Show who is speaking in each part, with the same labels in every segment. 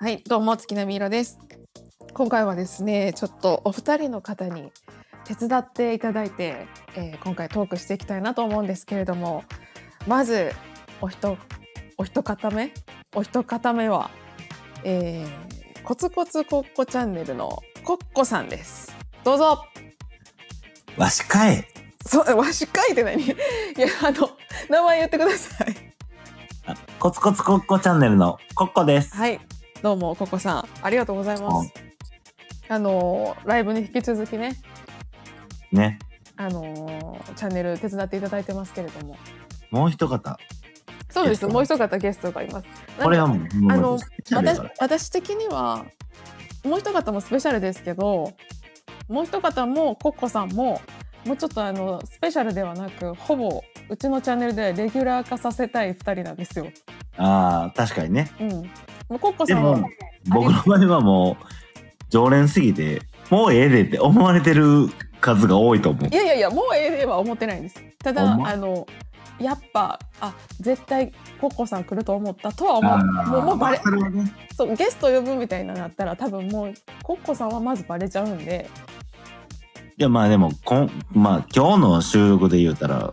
Speaker 1: はい、どうも月並みいろです。今回はですね、ちょっとお二人の方に手伝っていただいて、今回トークしていきたいなと思うんですけれども、まずお一方目は、コツコツコッコチャンネルのコッコさんです。どうぞ。
Speaker 2: わしかい。
Speaker 1: わしかいって何？いや、名前言ってください。
Speaker 2: コツコツコッコチャンネルのコッコです。
Speaker 1: はい、どうもコッコさん、ありがとうございます。ライブに引き続きね、チャンネル手伝っていただいてますけれども、
Speaker 2: もう一方。
Speaker 1: そうです、もう一方ゲストがいます。
Speaker 2: これはもう
Speaker 1: 私的にはもう一方もスペシャルですけど、もう一方もコッコさんももうちょっとスペシャルではなく、ほぼうちのチャンネルでレギュラー化させたい2人なんですよ。
Speaker 2: ああ、確かにね。
Speaker 1: もうコッコさんは
Speaker 2: でも僕の場合はもう常連すぎて、もうええでって思われてる数が多いと思う。
Speaker 1: いやもうええでは思ってないんです。ただやっぱ絶対コッコさん来ると思ったとは思う。もうバレ、そうゲスト呼ぶみたいななったら多分もうコッコさんはまずバレちゃうんで。
Speaker 2: いやでも今日の収録で言うたら、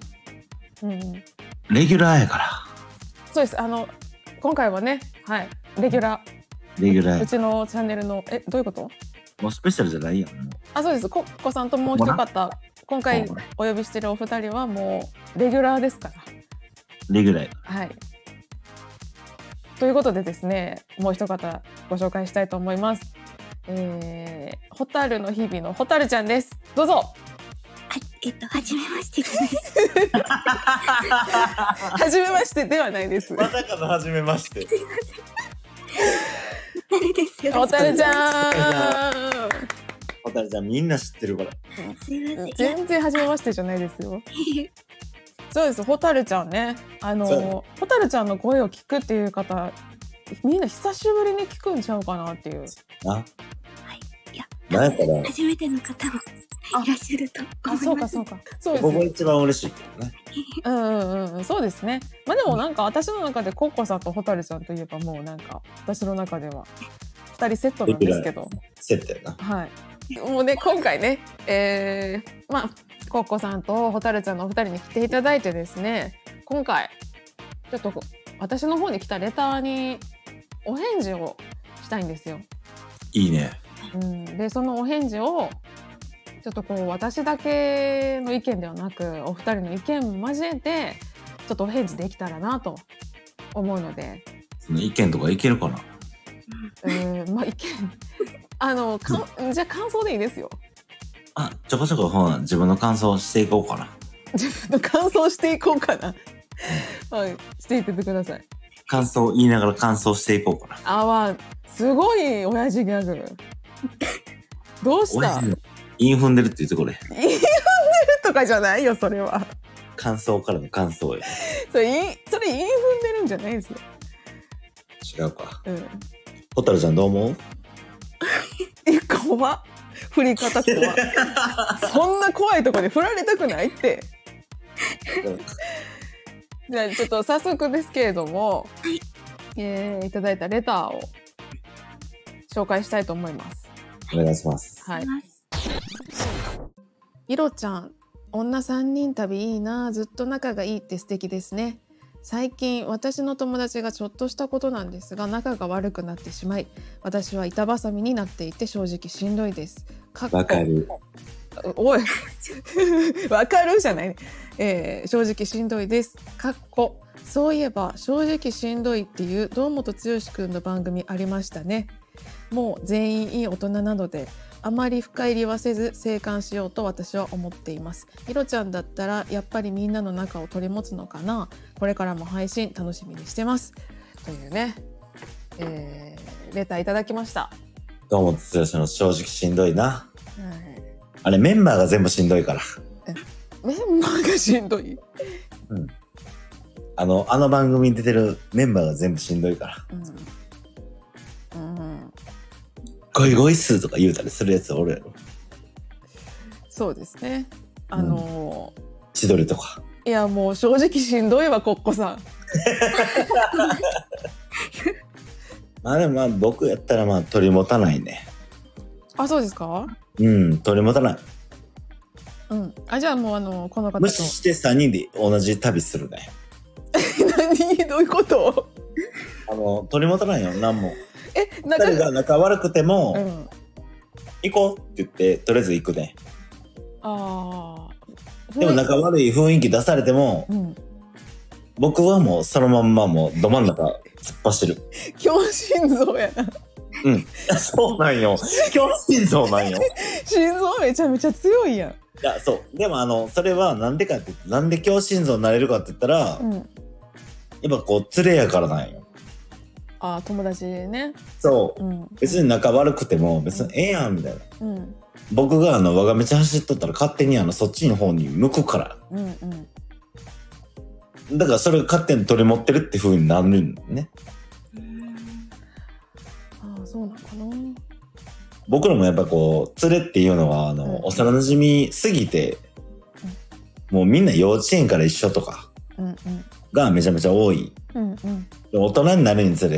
Speaker 2: レギュラーやから。
Speaker 1: そうです。今回はね、はい、レギュラー。うちのチャンネルのどういうこと？
Speaker 2: もうスペシャルじゃないやん。
Speaker 1: そうです。コッコさんともう一方、今回お呼びしてるお二人はもうレギュラーですから。
Speaker 2: レギュラー。
Speaker 1: はい。ということでですね、もう一方ご紹介したいと思います。ホタルの日々のホタルちゃんです。どうぞ。
Speaker 3: はじめましてです。
Speaker 1: はじめましてではないです。
Speaker 2: まさかのはじめまして。
Speaker 1: ホタルちゃん。
Speaker 2: ホタルちゃんみんな知ってるから。
Speaker 3: すいません。
Speaker 1: 全然はじめましてじゃないですよ。そうです。ホタルちゃんね。ホタルちゃんの声を聞くっていう方、みんな久しぶりに聞くんちゃうかなっていう。
Speaker 3: はい。いや、初めての方もいらっしゃると思います。
Speaker 1: そうか。そうです。
Speaker 2: 僕が一番嬉しいけど
Speaker 1: ね。そうですね。でもなんか私の中でコッコさんとホタルちゃんといえばもうなんか私の中では2人セットなんですけど。
Speaker 2: セットやな。
Speaker 1: はい。もうね、今回ね、コッコさんとホタルちゃんのお二人に来ていただいてですね、今回ちょっと私の方に来たレターにお返事をしたいんですよ。
Speaker 2: いいね。
Speaker 1: でそのお返事をちょっと私だけの意見ではなくお二人の意見も交えてちょっとお返事できたらなと思うので。
Speaker 2: その意見とかいけるかな？
Speaker 1: 意見じゃあ感想でいいですよ。
Speaker 2: ちょこちょこ自分の感想していこうかな。
Speaker 1: 自分の感想していこうかな。はい、していってください。
Speaker 2: 感想言いながら感想していこうかな。
Speaker 1: すごい親父ギャグ。どうした？
Speaker 2: イン踏んでるって言ってこれ。
Speaker 1: イン踏んでるとかじゃないよ、それは。
Speaker 2: 感想からの感想よ。
Speaker 1: それイン踏んでるんじゃないですよ。
Speaker 2: 違うか。ホタルちゃんどう思う？
Speaker 1: 怖っ。振り方怖っ。そんな怖いとこで振られたくないって。じゃあちょっと早速ですけれども、いただいたレターを紹介したいと思います。
Speaker 2: お願いします。
Speaker 1: はい。いろちゃん、女3人旅いいな、ずっと仲がいいって素敵ですね。最近私の友達がちょっとしたことなんですが仲が悪くなってしまい、私は板挟みになっていて正直しんどいです。
Speaker 2: わかる。
Speaker 1: おいわかるじゃない、正直しんどいです。そういえば正直しんどいっていう堂本剛くんの番組ありましたね。もう全員いい大人なのであまり深入りはせず静観しようと私は思っています。ひろちゃんだったらやっぱりみんなの中を取り持つのかな。これからも配信楽しみにしてますというね、レターいただきました。
Speaker 2: 堂本剛の正直しんどいな、あれメンバーが全部しんどいから。
Speaker 1: メンバーがしんどい、
Speaker 2: あの番組に出てるメンバーが全部しんどいから、ゴイゴイっすとか言うたりするやつおるやろ。
Speaker 1: そうですね。
Speaker 2: 千鳥とか。
Speaker 1: いやもう正直しんどいわコッコさん。
Speaker 2: まあでもまあ僕やったらまあ取り持たないね。
Speaker 1: あ、そうですか？
Speaker 2: 取り持たない。
Speaker 1: あ、じゃあもうこの方と。
Speaker 2: 無視して3人で同じ旅するね。
Speaker 1: 何どういうこと？
Speaker 2: 取り持たないよ、なんも。
Speaker 1: なんか
Speaker 2: 2人が仲悪くても、行こうって言って、とりあえず行くね。
Speaker 1: ああ。
Speaker 2: でも仲悪い雰囲気出されても、僕はもうそのまんまもうど真ん中突っ走る。
Speaker 1: 強心臓やな。
Speaker 2: そうなんよ。強心臓なんよ。
Speaker 1: 心臓めちゃめちゃ強いやん。
Speaker 2: いや、そう。でもそれはなんでかって言って、なんで強心臓になれるかって言ったら、やっぱこう、連れやからなんよ。
Speaker 1: ああ、友達ね。
Speaker 2: そう。別に仲悪くても、別にええやん、みたいな。僕が我が道走っとったら勝手にそっちの方に向くから。だからそれが勝手に取り持ってるって風になるんね。
Speaker 1: ああ、そうなのかな。
Speaker 2: 僕らもやっぱこう、連れっていうのは、幼馴染みすぎて、もうみんな幼稚園から一緒とか、がめちゃめちゃ多い。大人になるにつれ、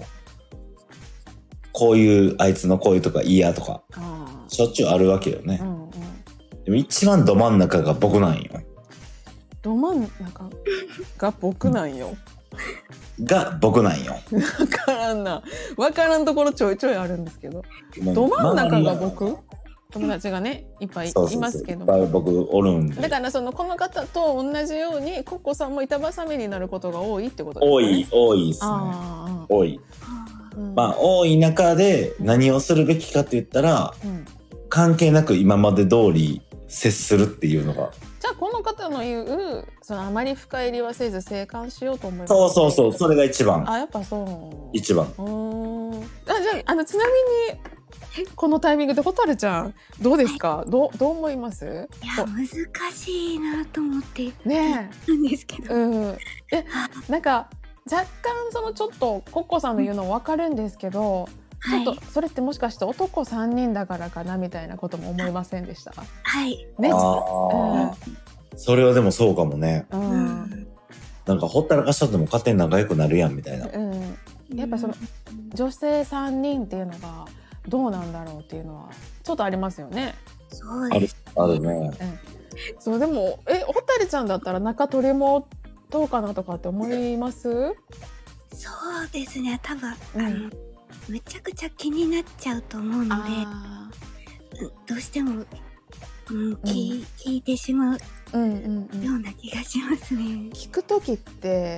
Speaker 2: こういう、あいつのこういうとか嫌とか、しょっちゅうあるわけよね。でも一番ど真ん中が僕なんよ。
Speaker 1: ど真ん中が僕なんよ。
Speaker 2: が僕なんよ。
Speaker 1: わからんな。わからんところちょいちょいあるんですけど。ど真ん中が僕？友達がね、いっぱいいますけど。
Speaker 2: いっぱい僕おるんで。
Speaker 1: だからこの方と同じように、コッコさんも板挟みになることが多いってことですね。
Speaker 2: 多いですね。多い。まあ、多い中で何をするべきかって言ったら、関係なく今まで通り接するっていうのが。
Speaker 1: じゃあこの方の言うあまり深入りはせず静観しようと思います。
Speaker 2: そうそれが一番。
Speaker 1: あ、やっぱそう。
Speaker 2: 一番。
Speaker 1: じゃあちなみにこのタイミングで蛍ちゃんどうですか？どう思います？
Speaker 3: いや、難しいなと思って
Speaker 1: ね
Speaker 3: えなんですけど。
Speaker 1: なんか若干ちょっとコッコさんの言うの分かるんですけど、ちょっとそれってもしかして男3人だからかなみたいなことも思いませんでした？
Speaker 3: はい。
Speaker 1: ね。
Speaker 2: それはでもそうかもね。なんかほったらかしとっても勝手に仲良くなるやんみたいな。
Speaker 1: やっぱ女性3人っていうのがどうなんだろうっていうのはちょっとありますよね。
Speaker 3: そうです。
Speaker 2: あるね。
Speaker 1: そうでも蛍ちゃんだったら中取りもどうかなとかって思います？
Speaker 3: そうですね。多分めちゃくちゃ気になっちゃうと思うので、どうしても聞いてしまうような気がしますね。
Speaker 1: 聞くときって、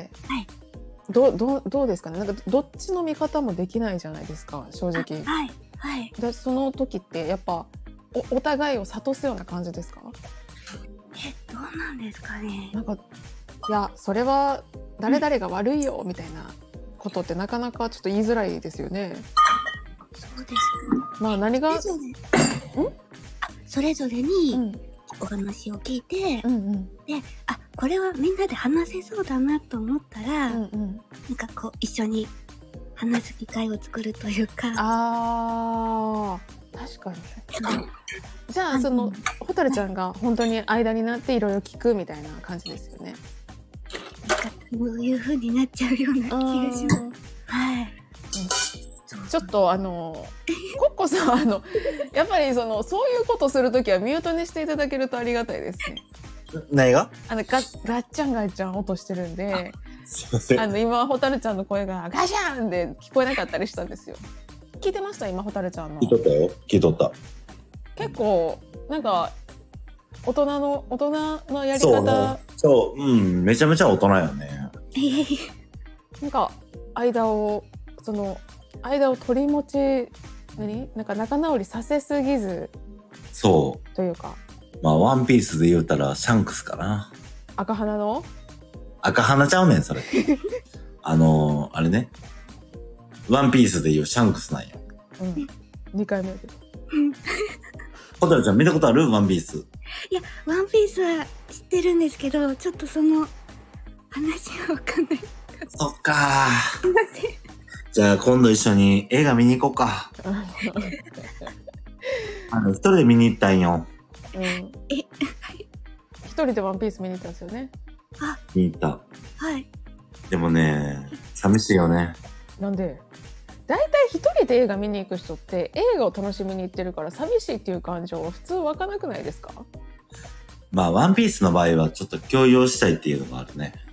Speaker 1: どうですかね。なんかどっちの見方もできないじゃないですか、正直。でその時ってやっぱお互いを諭すような感じですか？
Speaker 3: どうなんですかね。
Speaker 1: なんかいやそれは誰々が悪いよみたいなことってなかなかちょっと言いづらいですよね。
Speaker 3: そうです。
Speaker 1: まあ何が
Speaker 3: それぞれにお話を聞いて、で、これはみんなで話せそうだなと思ったら、なんかこう一緒に話す機会を作るというか。
Speaker 1: 確かに。じゃあ蛍ちゃんが本当に間になっていろいろ聞くみたいな感じですよね。
Speaker 3: そういう風になっちゃうような気がします。
Speaker 1: ちょっとコッコさんやっぱりそういうことするときはミュートにしていただけるとありがたいですね。
Speaker 2: 何が？
Speaker 1: ガッチャン音してるんで、
Speaker 2: すいません。
Speaker 1: 今蛍ちゃんの声がガシャーンで聞こえなかったりしたんですよ。聞いてました今蛍ちゃんの。
Speaker 2: 聞いとったよ。聞いとった。
Speaker 1: 結構なんか大人のやり方。
Speaker 2: そう、めちゃめちゃ大人よね。
Speaker 1: なんか間を取り持ちなんか仲直りさせすぎず、
Speaker 2: そう
Speaker 1: というか、
Speaker 2: まあワンピースで言うたらシャンクスかな。
Speaker 1: 赤花の
Speaker 2: 赤花ちゃうねんそれ。あれね、ワンピースで言うシャンクスなんよ。
Speaker 1: 2回目で。
Speaker 2: ホタルちゃん見たことある？ワンピース。
Speaker 3: いや、ワンピースは知ってるんですけど、ちょっとその話はわかんない。
Speaker 2: そっかじゃあ今度一緒に映画見に行こうか。一人で見に行ったんよ。
Speaker 1: 一人でワンピース見に行ったんですよね。
Speaker 2: 見に行った。
Speaker 3: はい。
Speaker 2: でもね、寂しいよね。
Speaker 1: なんで大体一人で映画見に行く人って映画を楽しみに行ってるから寂しいっていう感情は普通湧かなくないですか？
Speaker 2: まあワンピースの場合はちょっと共有したいっていうのがあるね。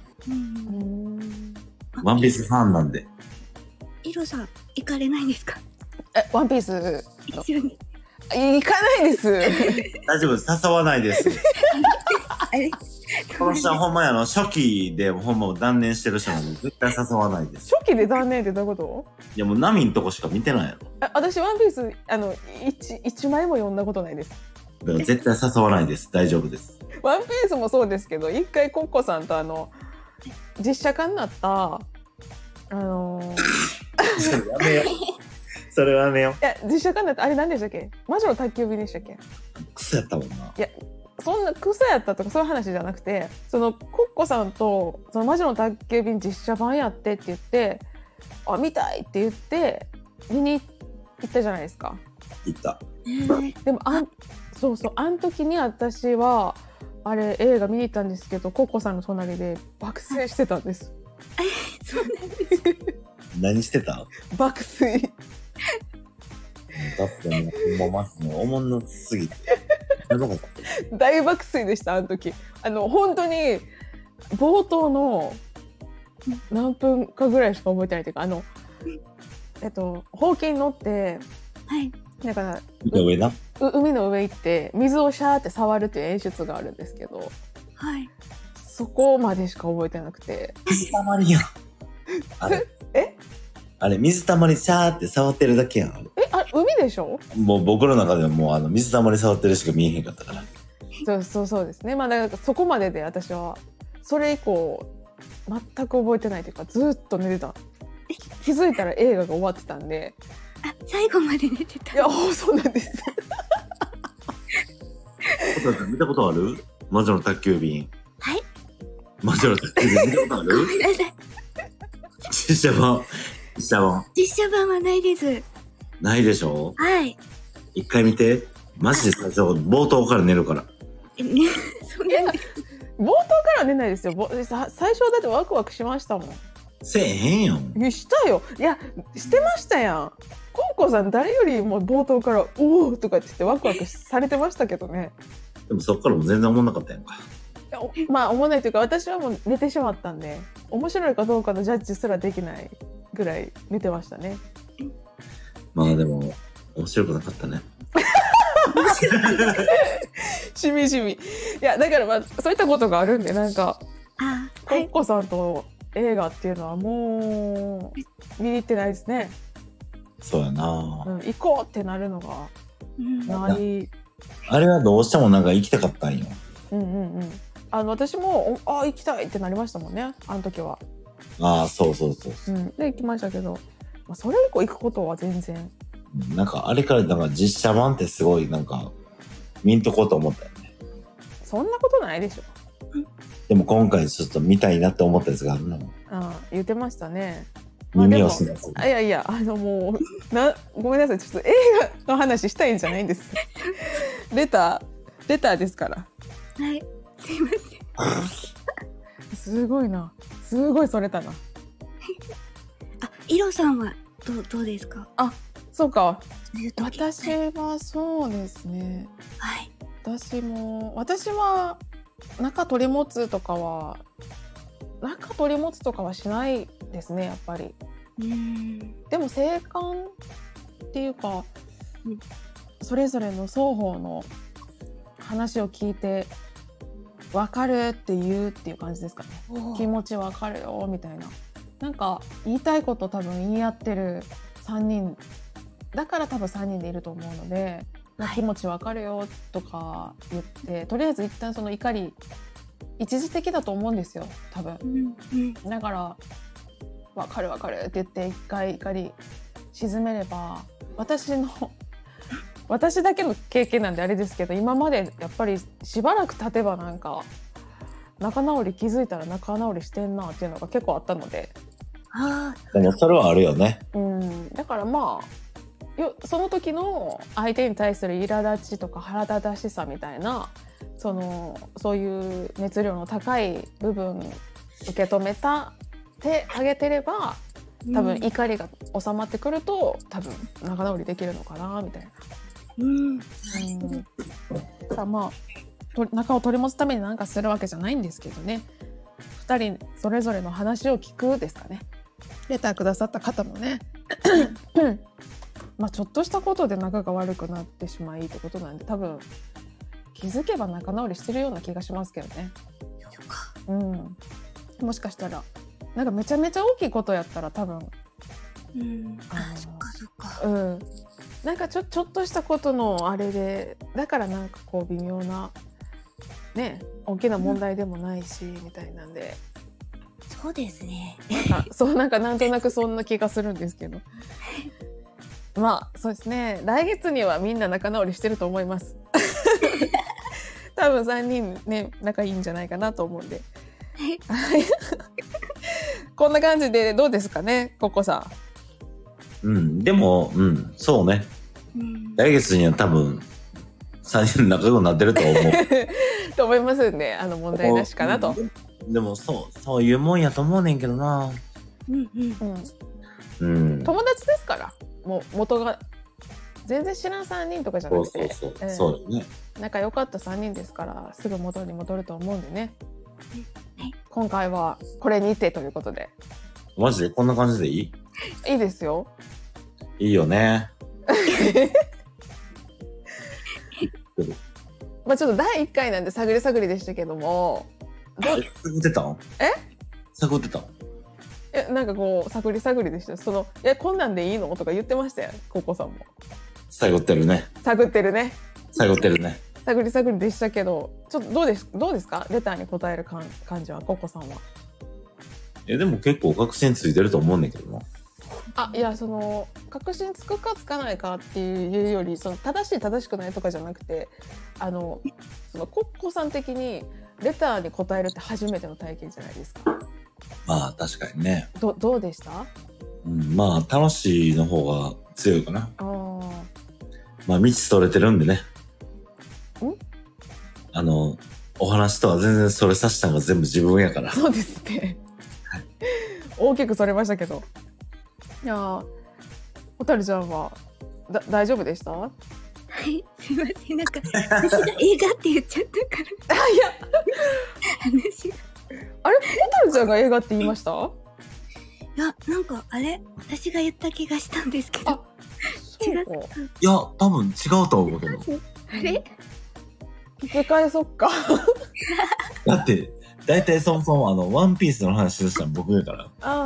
Speaker 2: ワンピースファンなんで。
Speaker 3: イロさん行かれないですか？
Speaker 1: ワンピース
Speaker 3: 一緒に
Speaker 1: 行かないです。
Speaker 2: 大丈夫です。誘わないです。
Speaker 3: あれ
Speaker 2: この人はほんまや初期でほんま断念してる人なので絶対誘わないです。
Speaker 1: 初期で断念ってどういうこと？
Speaker 2: いやもうナミんとこしか見てないやろ。
Speaker 1: 私ワンピース1枚も読んだことないです。
Speaker 2: だから絶対誘わないです。大丈夫です。
Speaker 1: ワンピースもそうですけど、一回コッコさんと実写化になった
Speaker 2: それやめよう。それはやめよう。
Speaker 1: いや実写化になったあれ何でしたっけ？魔女の宅急便でしたっけ？
Speaker 2: クソやったもんな。
Speaker 1: いやそんなクソやったとかそういう話じゃなくて、そのコッコさんとその魔女の宅急便実写版やってって言って見たいって言って見に行ったじゃないですか。
Speaker 2: 行った。
Speaker 1: でもそうあの時に私はあれ映画見に行ったんですけど、コッコさんの隣で爆睡してたんです。
Speaker 3: そうなんですか？
Speaker 2: 何してた？
Speaker 1: 爆睡。
Speaker 2: だってもうマジでおもんなすぎて
Speaker 1: 大爆睡でしたあの時。本当に冒頭の何分かぐらいしか覚えてないというか、ほうきに乗って、
Speaker 3: はい、
Speaker 1: だから
Speaker 2: 海
Speaker 1: の上行って水をシャーって触るっていう演出があるんですけど、
Speaker 3: はい、
Speaker 1: そこまでしか覚えてなくて。
Speaker 2: 水たまりやん。あれ水たまりシャーって触ってるだけやん。
Speaker 1: 海でしょ？
Speaker 2: もう僕の中ではもう水たまり触ってるしか見えへんかったから。
Speaker 1: そうですね。まあだからそこまでで私はそれ以降全く覚えてないというか、ずっと寝てた。気づいたら映画が終わってたんで。
Speaker 3: 最後まで寝てた。
Speaker 1: いやそうなんです。
Speaker 2: 見たことある？魔女の宅急便。
Speaker 3: はい。
Speaker 2: 魔女の宅急便見たことある？
Speaker 3: ごめんなさい。
Speaker 2: 実写版
Speaker 3: はないです。
Speaker 2: ないでしょ？
Speaker 3: はい。
Speaker 2: 一回見て。マジで最初冒頭から寝るから。
Speaker 1: そうなんです。冒頭からは寝ないですよ。最初だってワクワクしましたもん。
Speaker 2: せえへんよ。
Speaker 1: したよ。いやしてましたやん。コンコさん誰よりも冒頭から「おお!」とかって言ってワクワクされてましたけどね。
Speaker 2: でもそっからも全然思んなかったやんか。
Speaker 1: まあ思わないというか、私はもう寝てしまったんで面白いかどうかのジャッジすらできないぐらい寝てましたね。
Speaker 2: まあでも面白くなかったね。
Speaker 1: しみじみ。いやだからまあそういったことがあるんで、なんかコッコさんと映画っていうのはもう見に行ってないですね。
Speaker 2: そうやな、
Speaker 1: 行こうってなるのがない。
Speaker 2: あれはどうしてもなんか行きたかったんよ。
Speaker 1: 私も行きたいってなりましたもんね、あの時は。
Speaker 2: そう、
Speaker 1: で行きましたけど、それ以降行くことは全然。
Speaker 2: なんかあれからなんか実写版ってすごいなんか見んとこうと思ったよね。
Speaker 1: そんなことないでしょ。
Speaker 2: でも今回ちょっと見たいなって思ったやつがあるの。
Speaker 1: 言ってましたね。
Speaker 2: 耳をする。
Speaker 1: いやもうごめんなさい、ちょっと映画の話したいんじゃないんです。レターですから。
Speaker 3: はい、すいません。
Speaker 1: すごいな、すごいそれたな。
Speaker 3: イロさんはどうですか？
Speaker 1: そうか。私はそうですね。
Speaker 3: はい。
Speaker 1: 私は中取り持つとかはしないですね、やっぱり。でも静観っていうか、それぞれの双方の話を聞いて分かるって言うっていう感じですかね。気持ち分かるよみたいな、なんか言いたいこと多分言い合ってる3人だから多分3人でいると思うので、気持ち分かるよとか言って、とりあえず一旦その怒り一時的だと思うんですよ多分、だから分かるって言って一回怒り沈めれば、私だけの経験なんであれですけど、今までやっぱりしばらく経てばなんか気づいたら仲直りしてんなっていうのが結構あったので。
Speaker 2: でもそれはあるよね。
Speaker 1: だからその時の相手に対する苛立ちとか腹立たしさみたいな、そういう熱量の高い部分受け止めてあげてれば多分怒りが収まってくると多分仲直りできるのかなみたいな。さあまあ仲を取り持つために何かするわけじゃないんですけどね、2人それぞれの話を聞くですかね。レターくださった方もねまあちょっとしたことで仲が悪くなってしまいってことなんで、多分気づけば仲直りしてるような気がしますけどね。もしかしたらなんかめちゃめちゃ大きいことやったら多分
Speaker 3: そっか
Speaker 1: なんかちょっとしたことのあれで、だからなんかこう微妙なね大きな問題でもないし、みたいなんで、
Speaker 3: そうですね。
Speaker 1: なんかなんとなくそんな気がするんですけどまあそうですね、来月にはみんな仲直りしてると思います多分3人ね仲いいんじゃないかなと思うんでこんな感じでどうですかね、ココさ
Speaker 2: ん。でもそうね、来月には多分3人仲良くなってると思う
Speaker 1: と思いますんで、問題なしかなと。
Speaker 2: でもそういうもんやと思うねんけどな。
Speaker 1: 友達ですから、もう元が全然知らん3人とかじゃなくて、
Speaker 2: そうだね、
Speaker 1: 仲良かった3人ですからすぐ元に戻ると思うんでね、今回はこれにてということで。
Speaker 2: マジでこんな感じでいい？
Speaker 1: いいですよ。
Speaker 2: いいよね
Speaker 1: まあちょっと第1回なんで探り探りでしたけども、
Speaker 2: 探ってたん？探ってたん？
Speaker 1: なんかこう探り探りでした。こんなんでいいのとか言ってましたよ、ココさんも。
Speaker 2: 探ってるね。
Speaker 1: 探ってるね。
Speaker 2: 探ってるね。
Speaker 1: 探り探りでしたけど、ちょっとどうですか、レターに答える感じは、ココさんは。
Speaker 2: でも結構確信ついてると思うんだけどな。
Speaker 1: いや、確信つくかつかないかっていうより、正しい正しくないとかじゃなくて、コッコさん的にレターに答えるって初めての体験じゃないですか。
Speaker 2: まあ確かにね。
Speaker 1: どうでした？
Speaker 2: まあ楽しいの方が強いかな。まあ道それてるんでね。お話とは全然それさしたのが全部自分やから。
Speaker 1: そうですね大きくそれましたけど。いや、ホタルちゃんは大丈夫でした？
Speaker 3: はい、すいません、なんか私が映画って言っちゃったから
Speaker 1: いや
Speaker 3: 話が
Speaker 1: あれ、ホタルちゃんが映画って言いました？
Speaker 3: いや、なんか私が言った気がしたんですけど。違う。
Speaker 2: いや、多分違うと思うけど。
Speaker 3: あれ？
Speaker 1: 聞き返そっか
Speaker 2: だって大体そもそもワンピースの話したの僕だから。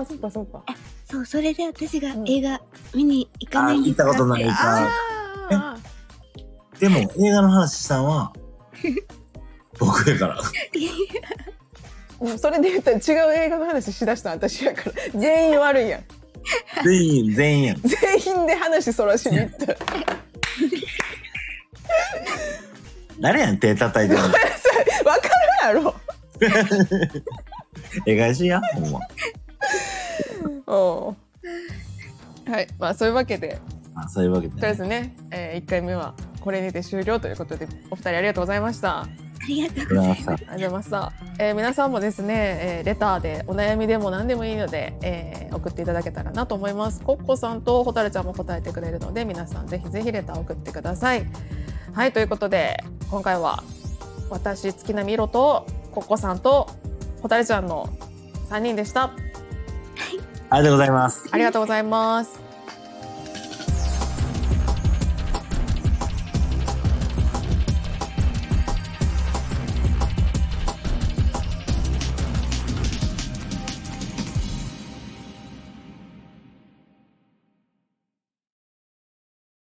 Speaker 1: そっかそっか。
Speaker 3: そう、それで私が映画見に行かないんですか？
Speaker 2: 行ったことないか。でも映画の話したのは僕やから
Speaker 1: それで言ったら違う映画の話しだした私やから、全員悪いやん。
Speaker 2: 全員やん。
Speaker 1: 全員で話そらしに行った
Speaker 2: 誰やん手叩いてるの。
Speaker 1: 分かるやろ
Speaker 2: 返しやほんま。
Speaker 1: はい、まあそういうわけで、
Speaker 2: そういうわけで、
Speaker 1: とりあえずね、1回目はこれにて終了ということで、お二人ありがとうございました。
Speaker 3: ありがとうございました。
Speaker 1: ありがとうございました。皆さんもですね、レターでお悩みでも何でもいいので、送っていただけたらなと思います。コッコさんとホタルちゃんも答えてくれるので、皆さんぜひぜひレターを送ってください。はい、ということで今回は私月並みろとコッコさんとホタルちゃんの3人でした。
Speaker 2: ありがとうございます。
Speaker 1: ありがとうございます。